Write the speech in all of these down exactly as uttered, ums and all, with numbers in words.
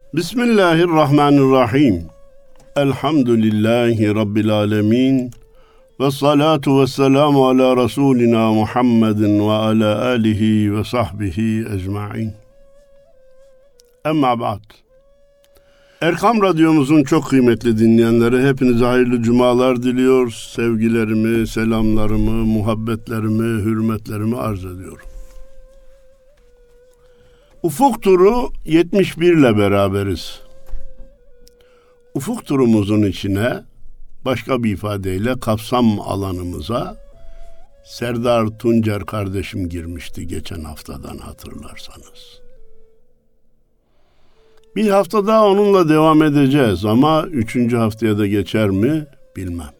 Bismillahirrahmanirrahim. Elhamdülillahi Rabbil alemin. Ve salatu ve selamu ala Resulina Muhammedin ve ala alihi ve sahbihi ecma'in. Emma ba'd. Erkam Radyomuzun çok kıymetli dinleyenleri, hepinize hayırlı cumalar diliyor. Sevgilerimi, selamlarımı, muhabbetlerimi, hürmetlerimi arz ediyorum. Ufuk Turu yetmiş bir ile beraberiz. Ufuk turumuzun içine başka bir ifadeyle kapsam alanımıza Serdar Tuncer kardeşim girmişti geçen haftadan, hatırlarsanız. Bir hafta daha onunla devam edeceğiz ama üçüncü haftaya da geçer mi bilmem.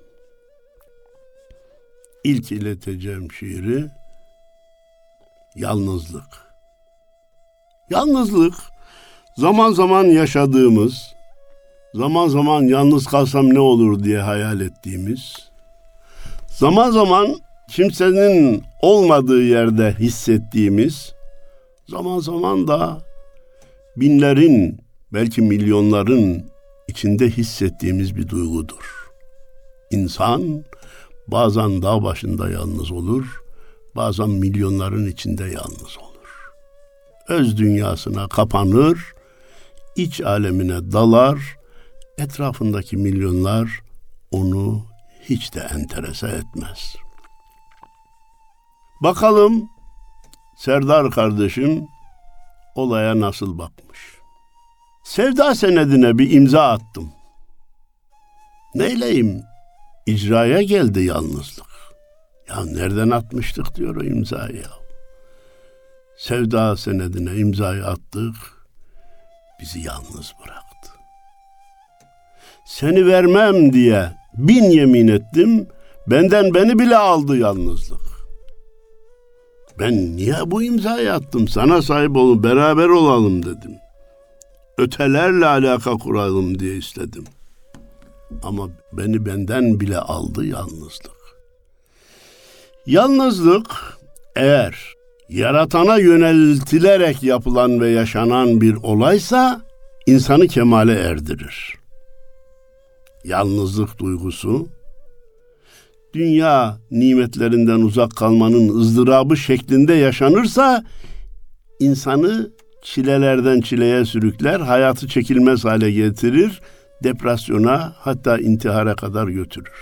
İlk ileteceğim şiiri yalnızlık. Yalnızlık, zaman zaman yaşadığımız, zaman zaman yalnız kalsam ne olur diye hayal ettiğimiz, zaman zaman kimsenin olmadığı yerde hissettiğimiz, zaman zaman da binlerin, belki milyonların içinde hissettiğimiz bir duygudur. İnsan bazen dağ başında yalnız olur, bazen milyonların içinde yalnız olur. Öz dünyasına kapanır, iç alemine dalar, etrafındaki milyonlar onu hiç de enterese etmez. Bakalım Serdar kardeşim olaya nasıl bakmış? Sevda senedine bir imza attım. Neyleyim? İcraya geldi yalnızlık. Ya nereden atmıştık diyor o imzayı. Sevda senedine imzayı attık, bizi yalnız bıraktı. Seni vermem diye bin yemin ettim, benden beni bile aldı yalnızlık. Ben niye bu imzayı attım? Sana sahip olun, beraber olalım dedim. Ötelerle alaka kuralım diye istedim. Ama beni benden bile aldı yalnızlık. Yalnızlık eğer yaratana yöneltilerek yapılan ve yaşanan bir olaysa insanı kemale erdirir. Yalnızlık duygusu, dünya nimetlerinden uzak kalmanın ızdırabı şeklinde yaşanırsa insanı çilelerden çileye sürükler, hayatı çekilmez hale getirir, depresyona hatta intihara kadar götürür.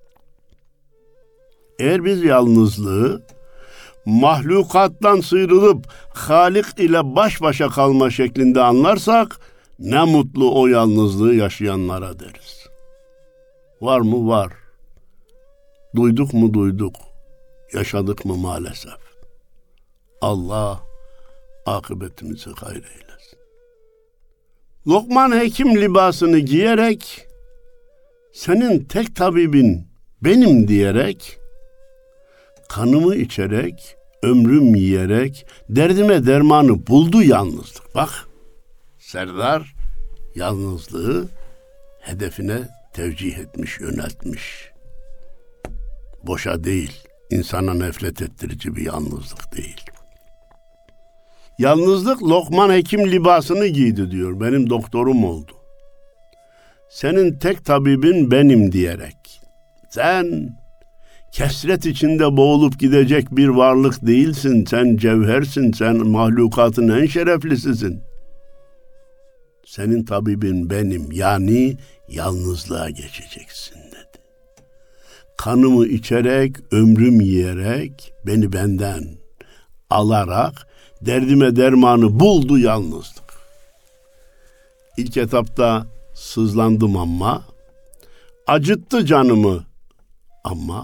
Eğer biz yalnızlığı mahlukattan sıyrılıp Halik ile baş başa kalma şeklinde anlarsak, ne mutlu o yalnızlığı yaşayanlara deriz. Var mı? Var. Duyduk mu? Duyduk. Yaşadık mı? Maalesef. Allah akıbetimizi hayır eylesin. Lokman Hekim libasını giyerek, senin tek tabibin benim diyerek, kanımı içerek, ömrüm yiyerek, derdime dermanı buldu yalnızlık. Bak, Serdar yalnızlığı hedefine tevcih etmiş, yöneltmiş. Boşa değil, insana nefret ettirici bir yalnızlık değil. Yalnızlık Lokman Hekim libasını giydi diyor, benim doktorum oldu. Senin tek tabibin benim diyerek. Sen kesret içinde boğulup gidecek bir varlık değilsin, sen cevhersin, sen mahlukatın en şereflisisin. Senin tabibin benim, yani yalnızlığa geçeceksin dedi. Kanımı içerek, ömrüm yiyerek, beni benden alarak, derdime dermanı buldu yalnızlık. İlk etapta sızlandım ama, acıttı canımı ama,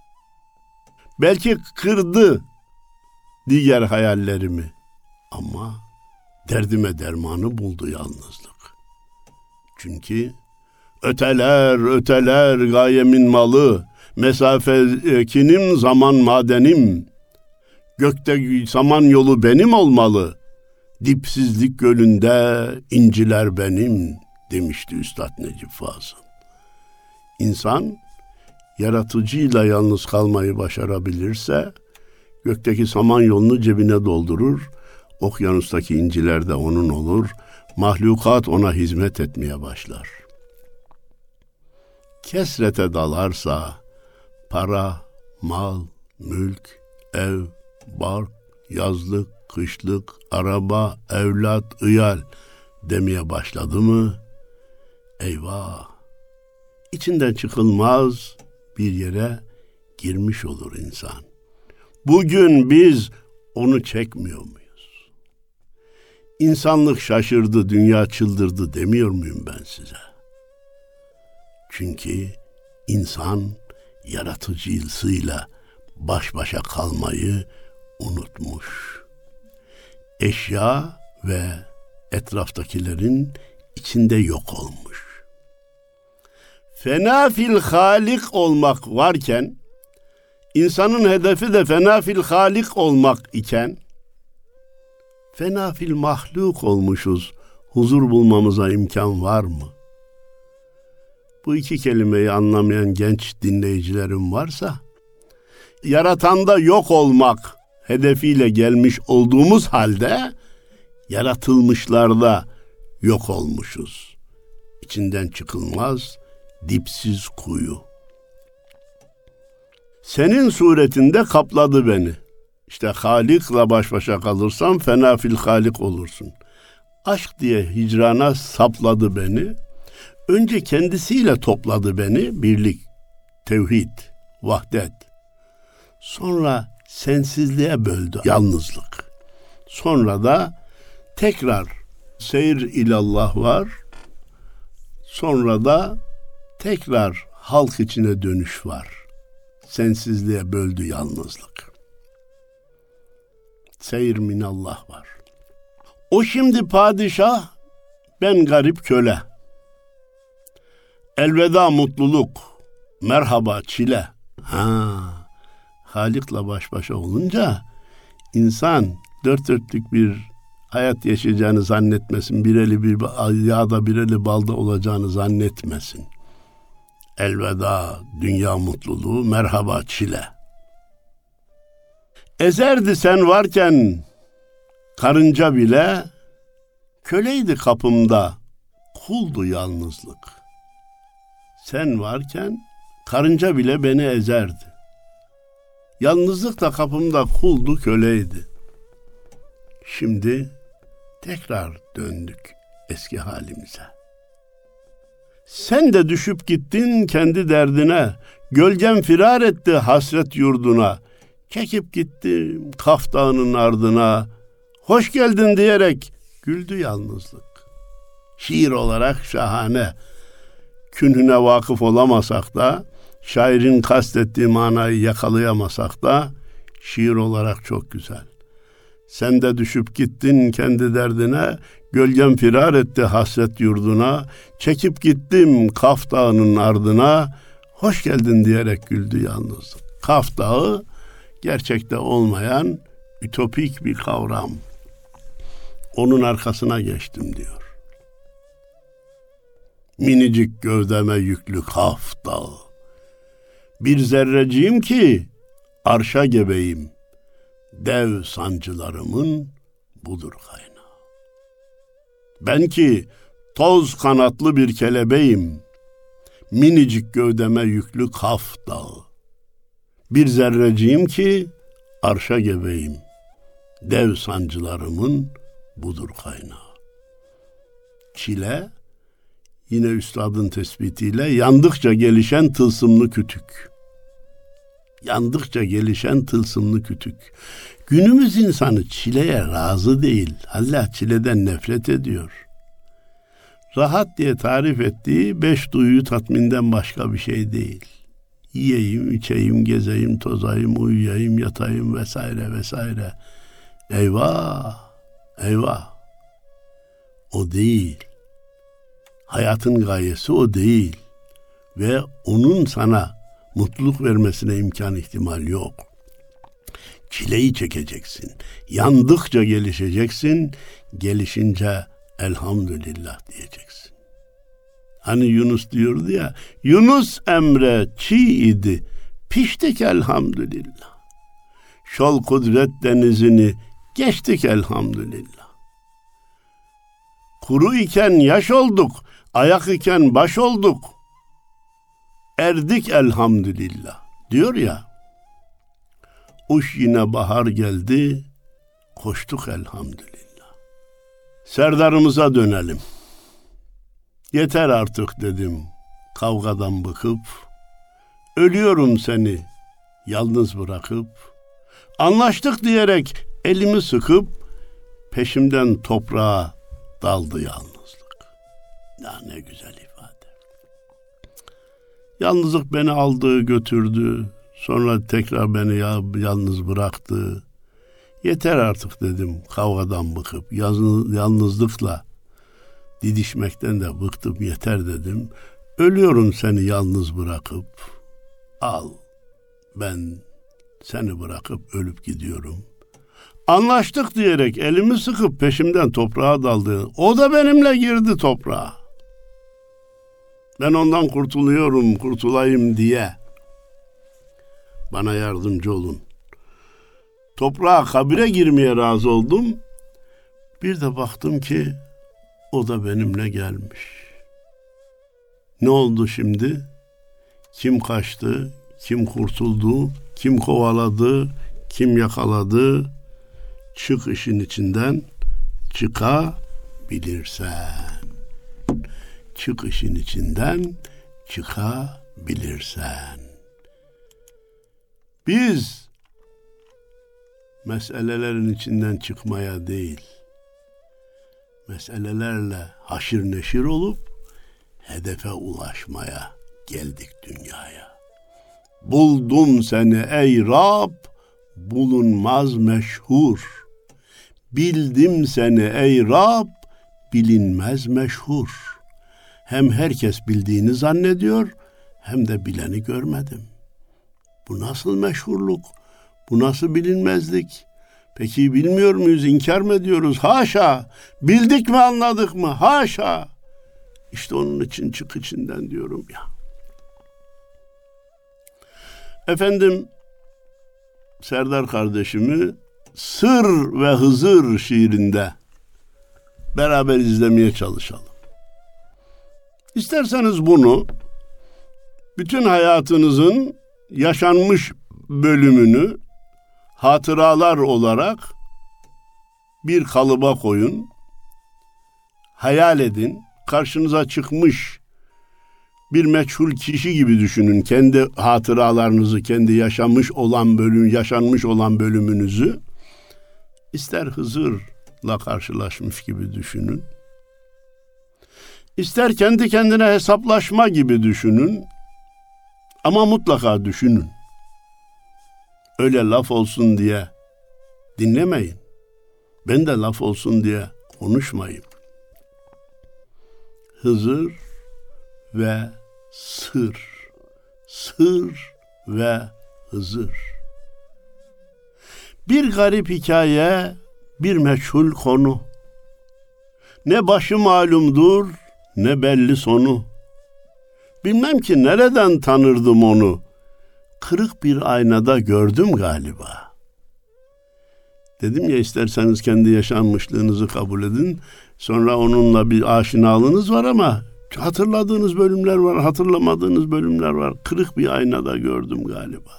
belki kırdı diğer hayallerimi ama derdime dermanı buldu yalnızlık. Çünkü öteler öteler gayemin malı, mesafe kinim zaman madenim, gökte saman yolu benim olmalı, dipsizlik gölünde inciler benim demişti Üstad Necip Fazıl. İnsan yaratıcıyla yalnız kalmayı başarabilirse gökteki saman yolunu cebine doldurur, okyanustaki inciler de onun olur, mahlukat ona hizmet etmeye başlar. Kesrete dalarsa para, mal, mülk, ev, bark, yazlık, kışlık, araba, evlat, ıyal demeye başladı mı? Eyvah! İçinden çıkılmaz bir yere girmiş olur insan. Bugün biz onu çekmiyor muyuz? İnsanlık şaşırdı, dünya çıldırdı demiyor muyum ben size? Çünkü insan yaratıcısıyla baş başa kalmayı unutmuş. Eşya ve etraftakilerin içinde yok olmuş. Fena fil halik olmak varken, insanın hedefi de fena fil halik olmak iken, fena fil mahluk olmuşuz. Huzur bulmamıza imkan var mı? Bu iki kelimeyi anlamayan genç dinleyicilerim varsa, yaratanda yok olmak hedefiyle gelmiş olduğumuz halde, yaratılmışlarda yok olmuşuz. İçinden çıkılmaz, dipsiz kuyu. Senin suretinde kapladı beni. İşte Halik'le baş başa kalırsan fena fil halik olursun. Aşk diye hicrana sapladı beni. Önce kendisiyle topladı beni, birlik, tevhid, vahdet. Sonra sensizliğe böldü, yalnızlık. Sonra da tekrar seyir ilallah var. Sonra da tekrar halk içine dönüş var. Sensizliğe böldü yalnızlık. Seyir minallah var. O şimdi padişah, ben garip köle. Elveda mutluluk, merhaba çile. Ha, Halik'le baş başa olunca insan dört dörtlük bir hayat yaşayacağını zannetmesin. Bir eli bir yağda bir eli balda olacağını zannetmesin. Elveda dünya mutluluğu, merhaba çile. Ezerdi sen varken karınca bile, köleydi kapımda, kuldu yalnızlık. Sen varken karınca bile beni ezerdi. Yalnızlık da kapımda kuldu, köleydi. Şimdi tekrar döndük eski halimize. Sen de düşüp gittin kendi derdine, gölgem firar etti hasret yurduna. Çekip gittim Kaf Dağı'nın ardına, hoş geldin diyerek güldü yalnızlık. Şiir olarak şahane. Künhüne vakıf olamasak da, şairin kastettiği manayı yakalayamasak da, şiir olarak çok güzel. Sen de düşüp gittin kendi derdine, gölgem firar etti hasret yurduna, çekip gittim Kaf Dağı'nın ardına, hoş geldin diyerek güldü yalnızlık. Kaf Dağı, gerçekte olmayan ütopik bir kavram. Onun arkasına geçtim diyor. Minicik gövdeme yüklü Kaf Dağı, bir zerreciğim ki arşa gebeyim, dev sancılarımın budur kaynağı. Ben ki toz kanatlı bir kelebeğim, minicik gövdeme yüklü Kaf Dağı, bir zerreciğim ki arşa gebeyim, dev sancılarımın budur kaynağı. Çile, yine üstadın tespitiyle, yandıkça gelişen tılsımlı kütük. Yandıkça gelişen tılsımlı kütük. Günümüz insanı çileye razı değil. Allah çileden nefret ediyor. Rahat diye tarif ettiği beş duyuyu tatminden başka bir şey değil. Yiyeyim, içeyim, gezeyim, tozayım, uyuyayım, yatayım vesaire vesaire. Eyvah, eyvah. O değil. Hayatın gayesi o değil. Ve onun sana mutluluk vermesine imkan ihtimal yok. Çileyi çekeceksin. Yandıkça gelişeceksin. Gelişince elhamdülillah diyeceksin. Hani Yunus diyordu ya, Yunus Emre çiğ idi, piştik elhamdülillah. Şol kudret denizini geçtik elhamdülillah. Kuru iken yaş olduk, ayak iken baş olduk. Erdik elhamdülillah diyor ya. Uş yine bahar geldi, koştuk elhamdülillah. Serdarımıza dönelim. Yeter artık dedim kavgadan bıkıp. Ölüyorum seni yalnız bırakıp. Anlaştık diyerek elimi sıkıp peşimden toprağa daldı yalnızlık. Ya ne güzel ifade. Yalnızlık beni aldı götürdü. Sonra tekrar beni ya, yalnız bıraktı. Yeter artık dedim kavgadan bıkıp. Yalnız, yalnızlıkla didişmekten de bıktım, yeter dedim. Ölüyorum seni yalnız bırakıp. Al, ben seni bırakıp ölüp gidiyorum. Anlaştık diyerek elimi sıkıp peşimden toprağa daldı. O da benimle girdi toprağa. Ben ondan kurtuluyorum, kurtulayım diye. Bana yardımcı olun. Toprağa, kabire girmeye razı oldum. Bir de baktım ki o da benimle gelmiş. Ne oldu şimdi? Kim kaçtı? Kim kurtuldu? Kim kovaladı? Kim yakaladı? Çık işin içinden, çıkabilirsen. Çık işin içinden, çıkabilirsen. Biz meselelerin içinden çıkmaya değil, meselelerle haşir neşir olup hedefe ulaşmaya geldik dünyaya. Buldum seni ey Rab, bulunmaz meşhur. Bildim seni ey Rab, bilinmez meşhur. Hem herkes bildiğini zannediyor, hem de bileni görmedim. Bu nasıl meşhurluk? Bu nasıl bilinmezlik? Peki bilmiyor muyuz, inkar mı ediyoruz? Haşa! Bildik mi, anladık mı? Haşa! İşte onun için çık içinden diyorum ya. Efendim, Serdar kardeşimi Sır ve Hızır şiirinde beraber izlemeye çalışalım. İsterseniz bunu bütün hayatınızın yaşanmış bölümünü hatıralar olarak bir kalıba koyun. Hayal edin. Karşınıza çıkmış bir meçhul kişi gibi düşünün. Kendi hatıralarınızı, kendi yaşamış olan bölüm, yaşanmış olan bölümünüzü. İster Hızır'la karşılaşmış gibi düşünün. İster kendi kendine hesaplaşma gibi düşünün. Ama mutlaka düşünün. Öyle laf olsun diye dinlemeyin. Ben de laf olsun diye konuşmayayım. Hızır ve sır. Sır ve Hızır. Bir garip hikaye, bir meçhul konu. Ne başı malumdur, ne belli sonu. Bilmem ki nereden tanırdım onu. Kırık bir aynada gördüm galiba. Dedim ya, isterseniz kendi yaşanmışlığınızı kabul edin. Sonra onunla bir aşinalığınız var ama hatırladığınız bölümler var, hatırlamadığınız bölümler var. Kırık bir aynada gördüm galiba.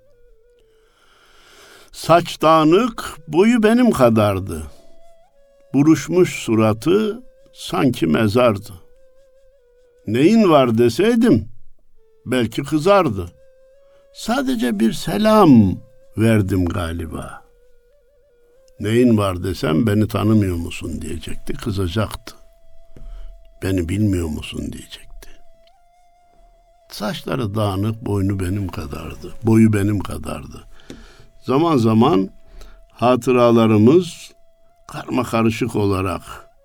Saç dağınık, boyu benim kadardı. Buruşmuş suratı sanki mezardı. Neyin var deseydim belki kızardı. Sadece bir selam verdim galiba. Neyin var desem beni tanımıyor musun diyecekti, kızacaktı. Beni bilmiyor musun diyecekti. Saçları dağınık, boynu benim kadardı. Boyu benim kadardı. Zaman zaman hatıralarımız karma karışık olarak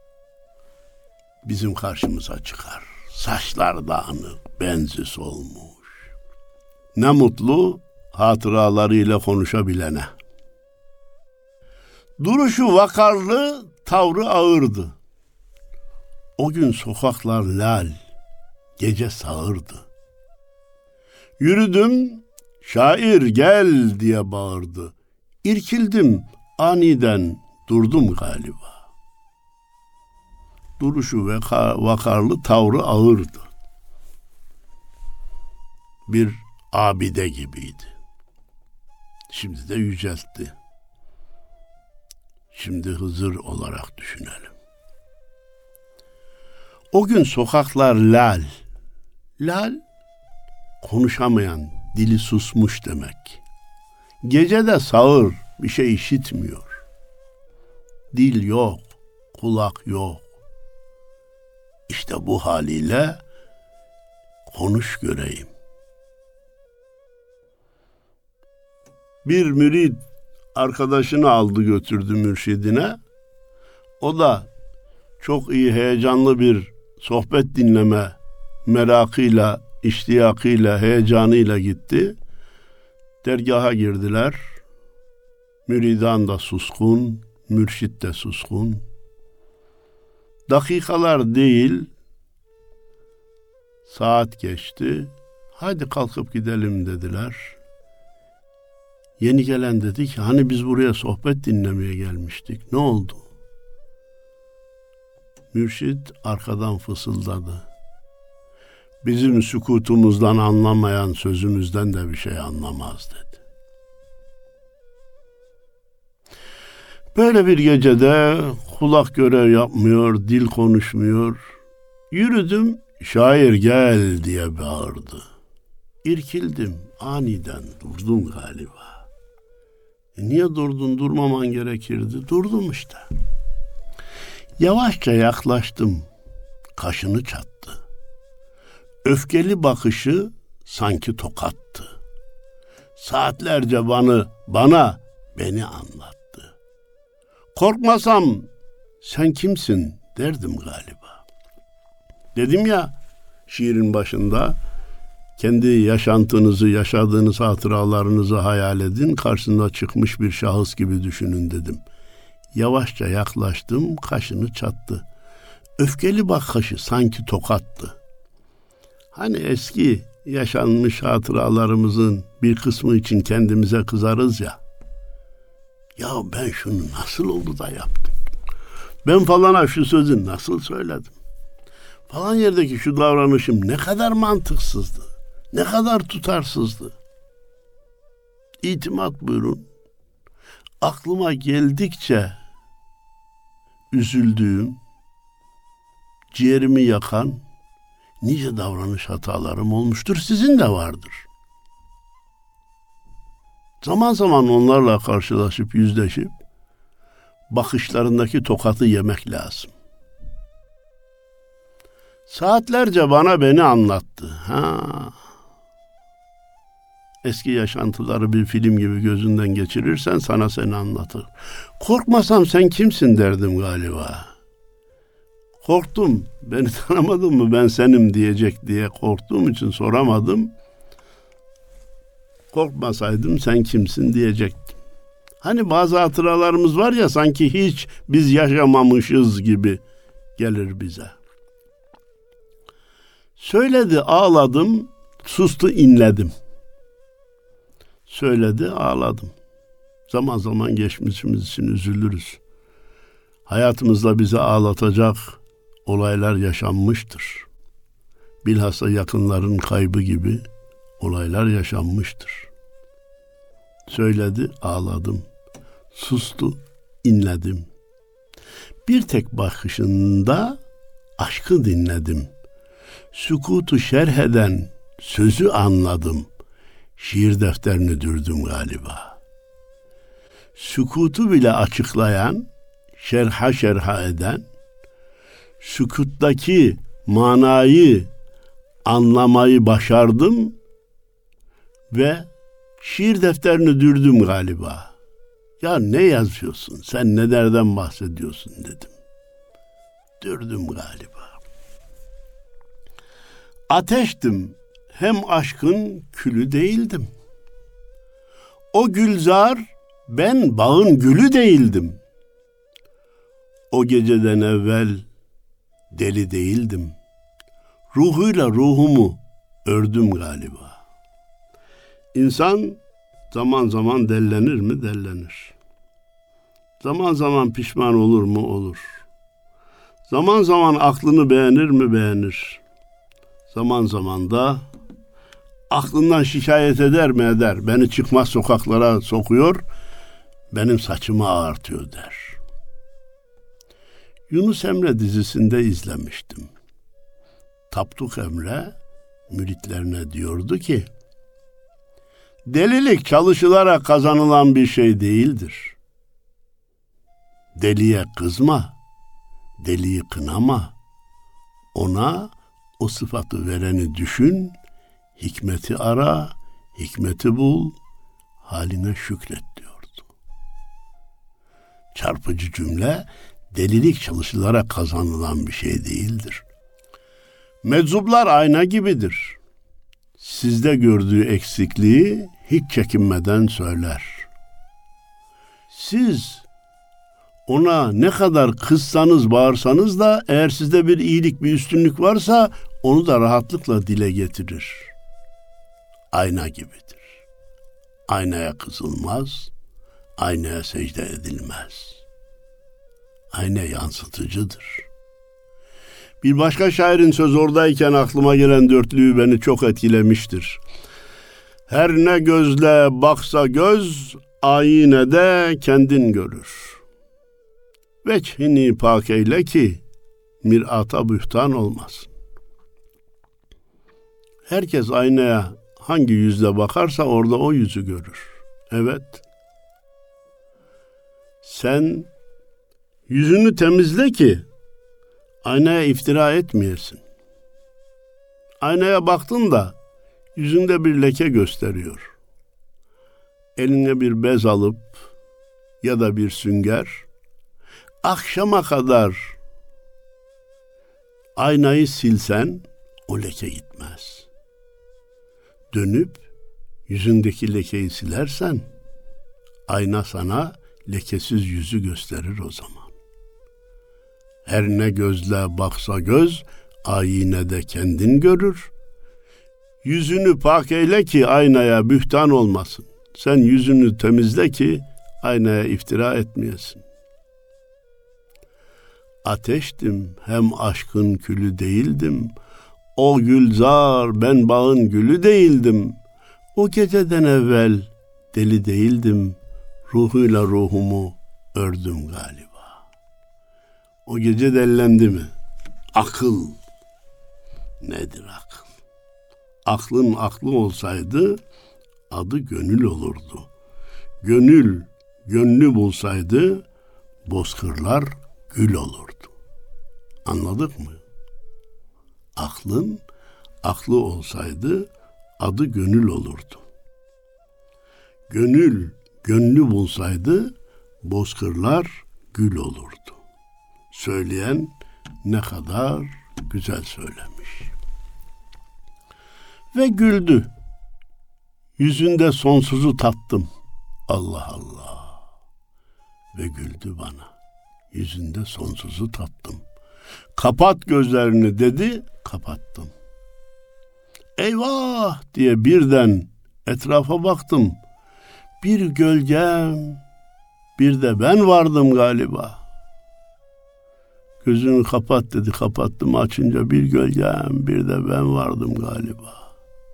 bizim karşımıza çıkar. Saçlar dağınık, benzi solmuş. Ne mutlu hatıralarıyla konuşabilene. Duruşu vakarlı, tavrı ağırdı. O gün sokaklar lal, gece sağırdı. Yürüdüm, şair gel diye bağırdı. İrkildim, aniden durdum galiba. duruşu ve vakarlı tavrı ağırdı. Bir abide gibiydi. Şimdi de yüceltti. Şimdi Hızır olarak düşünelim. O gün sokaklar lal. Lal, konuşamayan, dili susmuş demek. Gece de sağır, bir şey işitmiyor. Dil yok, kulak yok. İşte bu haliyle konuş göreyim. Bir mürid arkadaşını aldı götürdü mürşidine. O da çok iyi, heyecanlı bir sohbet dinleme merakıyla, iştiyakıyla, heyecanıyla gitti. Dergaha girdiler. Müridan da suskun, mürşit de suskun. Dakikalar değil, saat geçti. Hadi kalkıp gidelim dediler. Yeni gelen dedi ki, hani biz buraya sohbet dinlemeye gelmiştik. Ne oldu? Mürşit arkadan fısıldadı. Bizim sükutumuzdan anlamayan sözümüzden de bir şey anlamaz dedi. Böyle bir gecede kulak görev yapmıyor, dil konuşmuyor. Yürüdüm, şair gel diye bağırdı. İrkildim, aniden durdum galiba. E niye durdun, durmaman gerekirdi? Durdum işte. Yavaşça yaklaştım, kaşını çattı. Öfkeli bakışı sanki tokattı. Saatlerce bana, bana, beni anlattı. Korkmasam sen kimsin derdim galiba. Dedim ya şiirin başında, kendi yaşantınızı, yaşadığınız hatıralarınızı hayal edin, karşısında çıkmış bir şahıs gibi düşünün dedim. Yavaşça yaklaştım, kaşını çattı. Öfkeli bakışı sanki tokattı. Hani eski yaşanmış hatıralarımızın bir kısmı için kendimize kızarız ya. Ya ben şunu nasıl oldu da yaptım? Ben falana şu sözü nasıl söyledim? Falan yerdeki şu davranışım ne kadar mantıksızdı. Ne kadar tutarsızdı. İtimat buyurun. Aklıma geldikçe üzüldüğüm, ciğerimi yakan nice davranış hatalarım olmuştur. Sizin de vardır. Zaman zaman onlarla karşılaşıp, yüzleşip bakışlarındaki tokatı yemek lazım. Saatlerce bana beni anlattı. Ha. Eski yaşantıları bir film gibi gözünden geçirirsen sana seni anlatır. Korkmasam sen kimsin derdim galiba. Korktum. Beni tanımadın mı, ben senim diyecek diye korktuğum için soramadım. Korkmasaydım sen kimsin diyecektim. Hani bazı hatıralarımız var ya, sanki hiç biz yaşamamışız gibi gelir bize. Söyledi, ağladım, sustu, inledim. Söyledi, ağladım. Zaman zaman geçmişimiz için üzülürüz. Hayatımızda bizi ağlatacak olaylar yaşanmıştır. Bilhassa yakınların kaybı gibi olaylar yaşanmıştır. Söyledi, ağladım. Sustu, inledim. Bir tek bakışında aşkı dinledim. Sükutu şerh eden sözü anladım. Şiir defterini dürdüm galiba. Sükutu bile açıklayan, şerha şerha eden, sükuttaki manayı anlamayı başardım ve şiir defterini dürdüm galiba. Ya ne yazıyorsun, sen ne derden bahsediyorsun dedim. Dürdüm galiba. Ateştim, hem aşkın külü değildim. O gülzar, ben bağın gülü değildim. O geceden evvel deli değildim. Ruhuyla ruhumu ördüm galiba. İnsan zaman zaman dellenir mi? Dellenir. Zaman zaman pişman olur mu? Olur. Zaman zaman aklını beğenir mi? Beğenir. Zaman zaman da aklından şikayet eder mi? Eder. Beni çıkmaz sokaklara sokuyor, benim saçımı ağartıyor der. Yunus Emre dizisinde izlemiştim. Tapduk Emre müritlerine diyordu ki, delilik çalışılarak kazanılan bir şey değildir. Deliye kızma, deliyi kınama. Ona o sıfatı vereni düşün, hikmeti ara, hikmeti bul, haline şükret diyordu. Çarpıcı cümle, delilik çalışılarak kazanılan bir şey değildir. Meczuplar ayna gibidir. Sizde gördüğü eksikliği hiç çekinmeden söyler. Siz ona ne kadar kızsanız, bağırsanız da eğer sizde bir iyilik, bir üstünlük varsa onu da rahatlıkla dile getirir. Ayna gibidir. Aynaya kızılmaz, aynaya secde edilmez. Ayna yansıtıcıdır. Bir başka şairin söz oradayken aklıma gelen dörtlüğü beni çok etkilemiştir. Her ne gözle baksa göz, aynede kendin görür. Veçhini pak eyle ki mir'ata bühtan olmasın. Herkes aynaya hangi yüzle bakarsa orada o yüzü görür. Evet. Sen yüzünü temizle ki aynaya iftira etmeyesin. Aynaya baktın da yüzünde bir leke gösteriyor. Eline bir bez alıp ya da bir sünger, akşama kadar aynayı silsen o leke gitmez. Dönüp yüzündeki lekeyi silersen ayna sana lekesiz yüzü gösterir o zaman. Her ne gözle baksa göz, aynede kendin görür. Yüzünü pak eyle ki aynaya bühtan olmasın. Sen yüzünü temizle ki aynaya iftira etmeyesin. Ateştim, hem aşkın külü değildim. O gülzar, ben bağın gülü değildim. O geceden evvel deli değildim. Ruhuyla ruhumu ördüm galiba. O gece delilendi mi? Akıl. Nedir akıl? Aklın aklı olsaydı adı gönül olurdu. Gönül, gönlü bulsaydı bozkırlar gül olurdu. Anladık mı? Aklın aklı olsaydı adı gönül olurdu. Gönül, gönlü bulsaydı bozkırlar gül olurdu. Söyleyen ne kadar güzel söylemiş. Ve güldü. Yüzünde sonsuzu tattım. Allah Allah. Ve güldü bana. Yüzünde sonsuzu tattım. Kapat gözlerini dedi, kapattım. Eyvah diye birden etrafa baktım. Bir gölgem, bir de ben vardım galiba. Gözünü kapat dedi, kapattım. Açınca bir gölgem, bir de ben vardım galiba.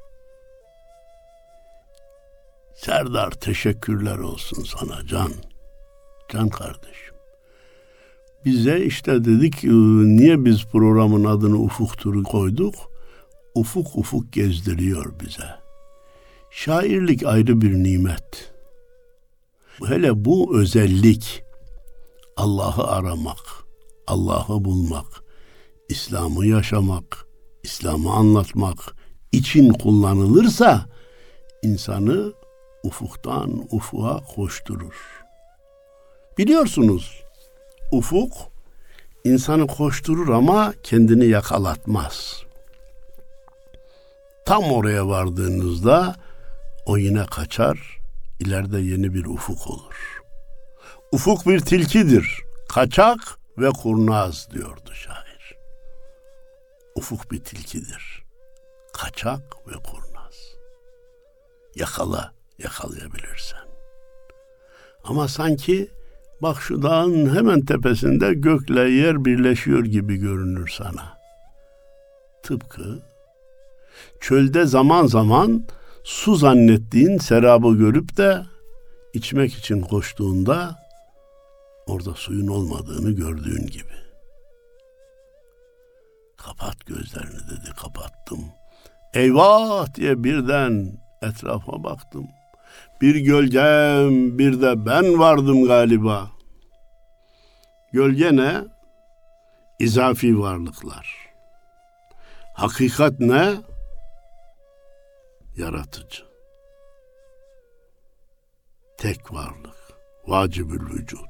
Serdar, teşekkürler olsun sana Can. Can kardeşim. Bize işte dedik, niye biz programın adını Ufuk Turu koyduk? Ufuk ufuk gezdiriyor bize. Şairlik ayrı bir nimet. Hele bu özellik, Allah'ı aramak, Allah'ı bulmak, İslam'ı yaşamak, İslam'ı anlatmak için kullanılırsa insanı ufuktan ufuğa koşturur. Biliyorsunuz, ufuk insanı koşturur ama kendini yakalatmaz. Tam oraya vardığınızda o yine kaçar, ileride yeni bir ufuk olur. Ufuk bir tilkidir, kaçak ve kurnaz diyordu şair. Ufuk bir tilkidir, kaçak ve kurnaz. Yakala, yakalayabilirsen. Ama sanki Bak şu dağın hemen tepesinde gökle yer birleşiyor gibi görünür sana. Tıpkı çölde zaman zaman su zannettiğin serabı görüp de içmek için koştuğunda orada suyun olmadığını gördüğün gibi. Kapat gözlerini dedi, kapattım. Eyvah diye birden etrafa baktım. Bir gölgem, bir de ben vardım galiba. Gölge ne? İzafi varlıklar. Hakikat ne? Yaratıcı. Tek varlık. Vacibül vücut.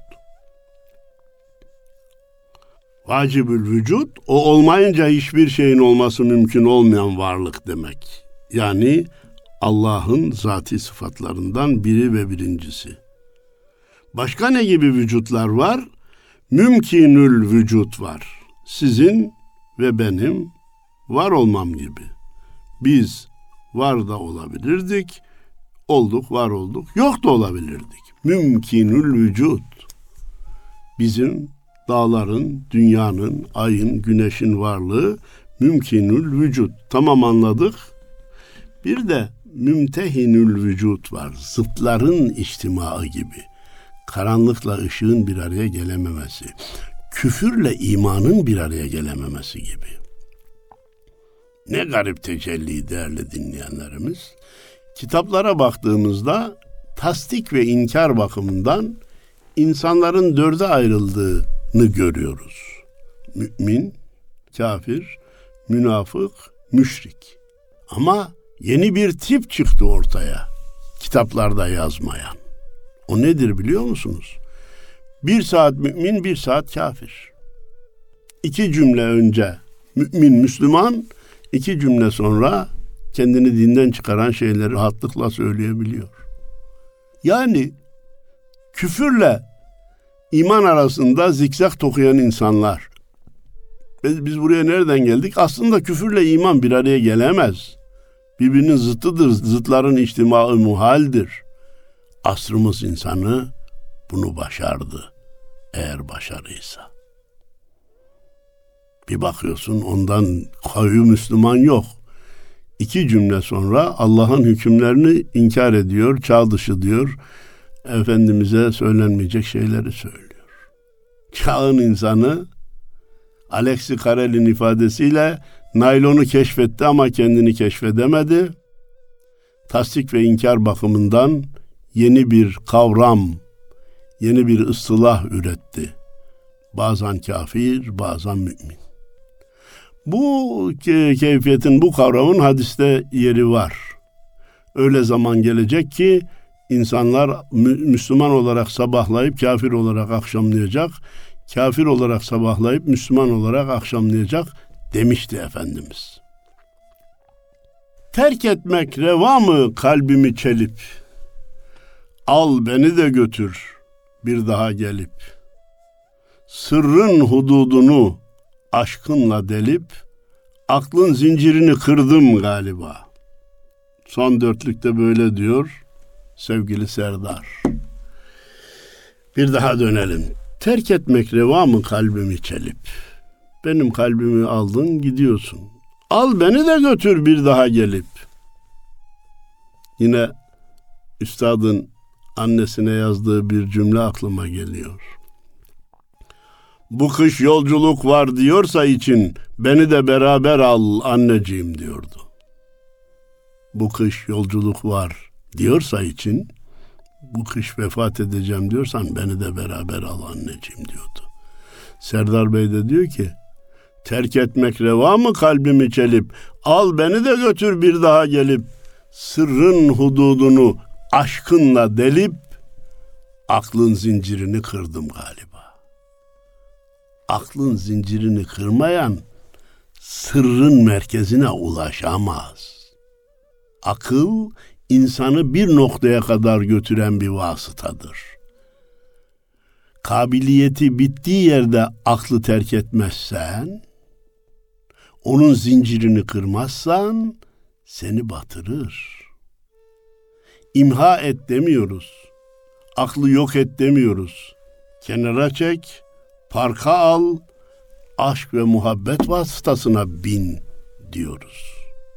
Vacibül vücut, o olmayınca hiçbir şeyin olması mümkün olmayan varlık demek. Yani Allah'ın zati sıfatlarından biri ve birincisi. Başka ne gibi vücutlar var? Mümkünül vücut var. Sizin ve benim var olmam gibi. Biz var da olabilirdik, olduk, var olduk, yok da olabilirdik. Mümkünül vücut. Bizim dağların, dünyanın, ayın, güneşin varlığı mümkünül vücut. Tamam, anladık. Bir de mümtehinül vücut var. Zıtların içtimaı gibi. Karanlıkla ışığın bir araya gelememesi. Küfürle imanın bir araya gelememesi gibi. Ne garip tecelli değerli dinleyenlerimiz. Kitaplara baktığımızda tasdik ve inkar bakımından insanların dörde ayrıldığını görüyoruz. Mümin, kafir, münafık, müşrik. Ama yeni bir tip çıktı ortaya, kitaplarda yazmayan. O nedir biliyor musunuz? Bir saat mümin, bir saat kafir. İki cümle önce mümin, Müslüman, iki cümle sonra kendini dinden çıkaran şeyleri rahatlıkla söyleyebiliyor. Yani küfürle iman arasında zikzak dokuyan insanlar. Biz, biz buraya nereden geldik? Aslında küfürle iman bir araya gelemez. Birbirinin zıttıdır. Zıtların içtimaı muhaldir. Asrımız insanı bunu başardı. Eğer başarıysa. Bir bakıyorsun ondan koyu Müslüman yok. İki cümle sonra Allah'ın hükümlerini inkar ediyor, çağ dışı diyor. Efendimiz'e söylenmeyecek şeyleri söylüyor. Çağın insanı Alexi Carrel'in ifadesiyle naylonu keşfetti ama kendini keşfedemedi. Tasdik ve inkar bakımından yeni bir kavram, yeni bir ıstılah üretti. Bazen kafir, bazen mümin. Bu keyfiyetin, bu kavramın hadiste yeri var. Öyle zaman gelecek ki insanlar Müslüman olarak sabahlayıp kafir olarak akşamlayacak, kafir olarak sabahlayıp Müslüman olarak akşamlayacak demişti Efendimiz. Terk etmek reva mı kalbimi çelip, al beni de götür bir daha gelip, sırrın hududunu aşkınla delip, aklın zincirini kırdım galiba. Son dörtlükte böyle diyor sevgili Serdar. Bir daha dönelim. Terk etmek reva mı kalbimi çelip? Benim kalbimi aldın gidiyorsun. Al beni de götür bir daha gelip. Yine üstadın annesine yazdığı bir cümle aklıma geliyor. Bu kış yolculuk var diyorsa için beni de beraber al anneciğim diyordu. Bu kış yolculuk var diyorsa için, bu kış vefat edeceğim diyorsan beni de beraber al anneciğim diyordu. Serdar Bey de diyor ki, terk etmek reva mı kalbimi çelip, al beni de götür bir daha gelip, sırrın hududunu aşkınla delip, aklın zincirini kırdım galiba. Aklın zincirini kırmayan sırrın merkezine ulaşamaz. Akıl insanı bir noktaya kadar götüren bir vasıtadır. Kabiliyeti bittiği yerde aklı terk etmezsen, onun zincirini kırmazsan seni batırır. İmha et demiyoruz. Aklı yok et demiyoruz. kenara çek, parka al, aşk ve muhabbet vasıtasına bin diyoruz.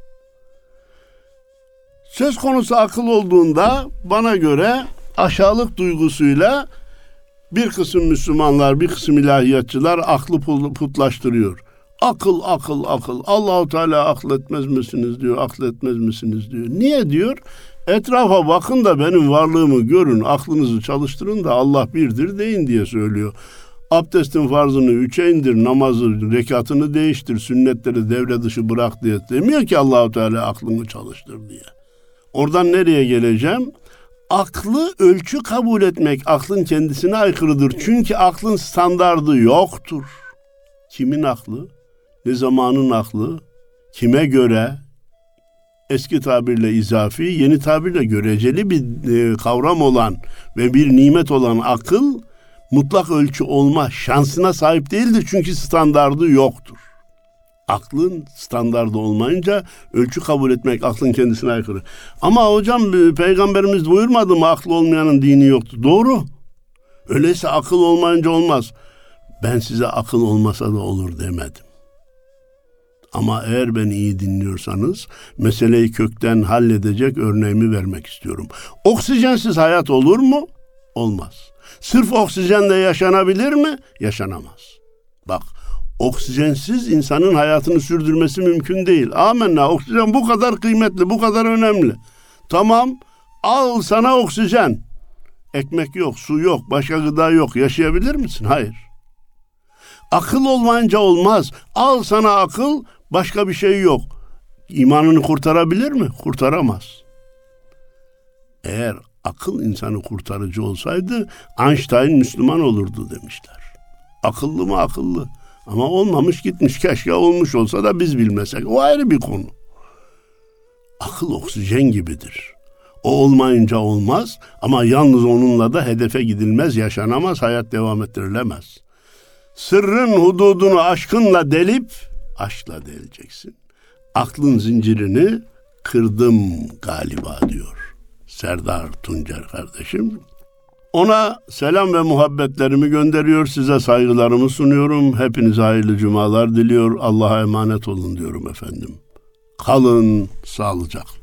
Söz konusu akıl olduğunda bana göre aşağılık duygusuyla bir kısım Müslümanlar, bir kısım ilahiyatçılar aklı putlaştırıyor. Akıl, akıl, akıl. Allahu Teala akıl etmez misiniz diyor, akıl etmez misiniz diyor. Niye diyor? Etrafa bakın da benim varlığımı görün, aklınızı çalıştırın da Allah birdir deyin diye söylüyor. Abdestin farzını üçe indir, namazı, rekatını değiştir, sünnetleri devre dışı bırak diye demiyor ki Allahu Teala aklını çalıştır diye. Oradan nereye geleceğim? Aklı ölçü kabul etmek aklın kendisine aykırıdır. Çünkü aklın standardı yoktur. Kimin aklı? Ne zamanın aklı? Kime göre? Eski tabirle izafi, yeni tabirle göreceli bir e, kavram olan ve bir nimet olan akıl mutlak ölçü olma şansına sahip değildir. Çünkü standardı yoktur. Aklın standardı olmayınca ölçü kabul etmek aklın kendisine aykırı. Ama hocam Peygamberimiz buyurmadı mı aklı olmayanın dini yoktur. Doğru. Öyleyse akıl olmayınca olmaz. Ben size akıl olmasa da olur demedim. Ama eğer beni iyi dinliyorsanız meseleyi kökten halledecek örneğimi vermek istiyorum. Oksijensiz hayat olur mu? Olmaz. Sırf oksijenle yaşanabilir mi? Yaşanamaz. Bak, oksijensiz insanın hayatını sürdürmesi mümkün değil. Amenna, oksijen bu kadar kıymetli, bu kadar önemli. Tamam, al sana oksijen. Ekmek yok, su yok, başka gıda yok. Yaşayabilir misin? Hayır. Akıl olmayınca olmaz. Al sana akıl, başka bir şey yok. İmanını kurtarabilir mi? Kurtaramaz. Eğer akıl insanı kurtarıcı olsaydı Einstein Müslüman olurdu demişler. Akıllı mı akıllı? Ama olmamış gitmiş. Keşke olmuş olsa da biz bilmesek. O ayrı bir konu. Akıl oksijen gibidir. O olmayınca olmaz ama yalnız onunla da hedefe gidilmez, yaşanamaz, hayat devam ettirilemez. Sırrın hududunu aşkınla delip, aşkla deleceksin. Aklın zincirini kırdım galiba diyor Serdar Tuncer kardeşim. Ona selam ve muhabbetlerimi gönderiyor, size saygılarımı sunuyorum. Hepinize hayırlı cumalar diliyor. Allah'a emanet olun diyorum efendim. Kalın sağlıcakla.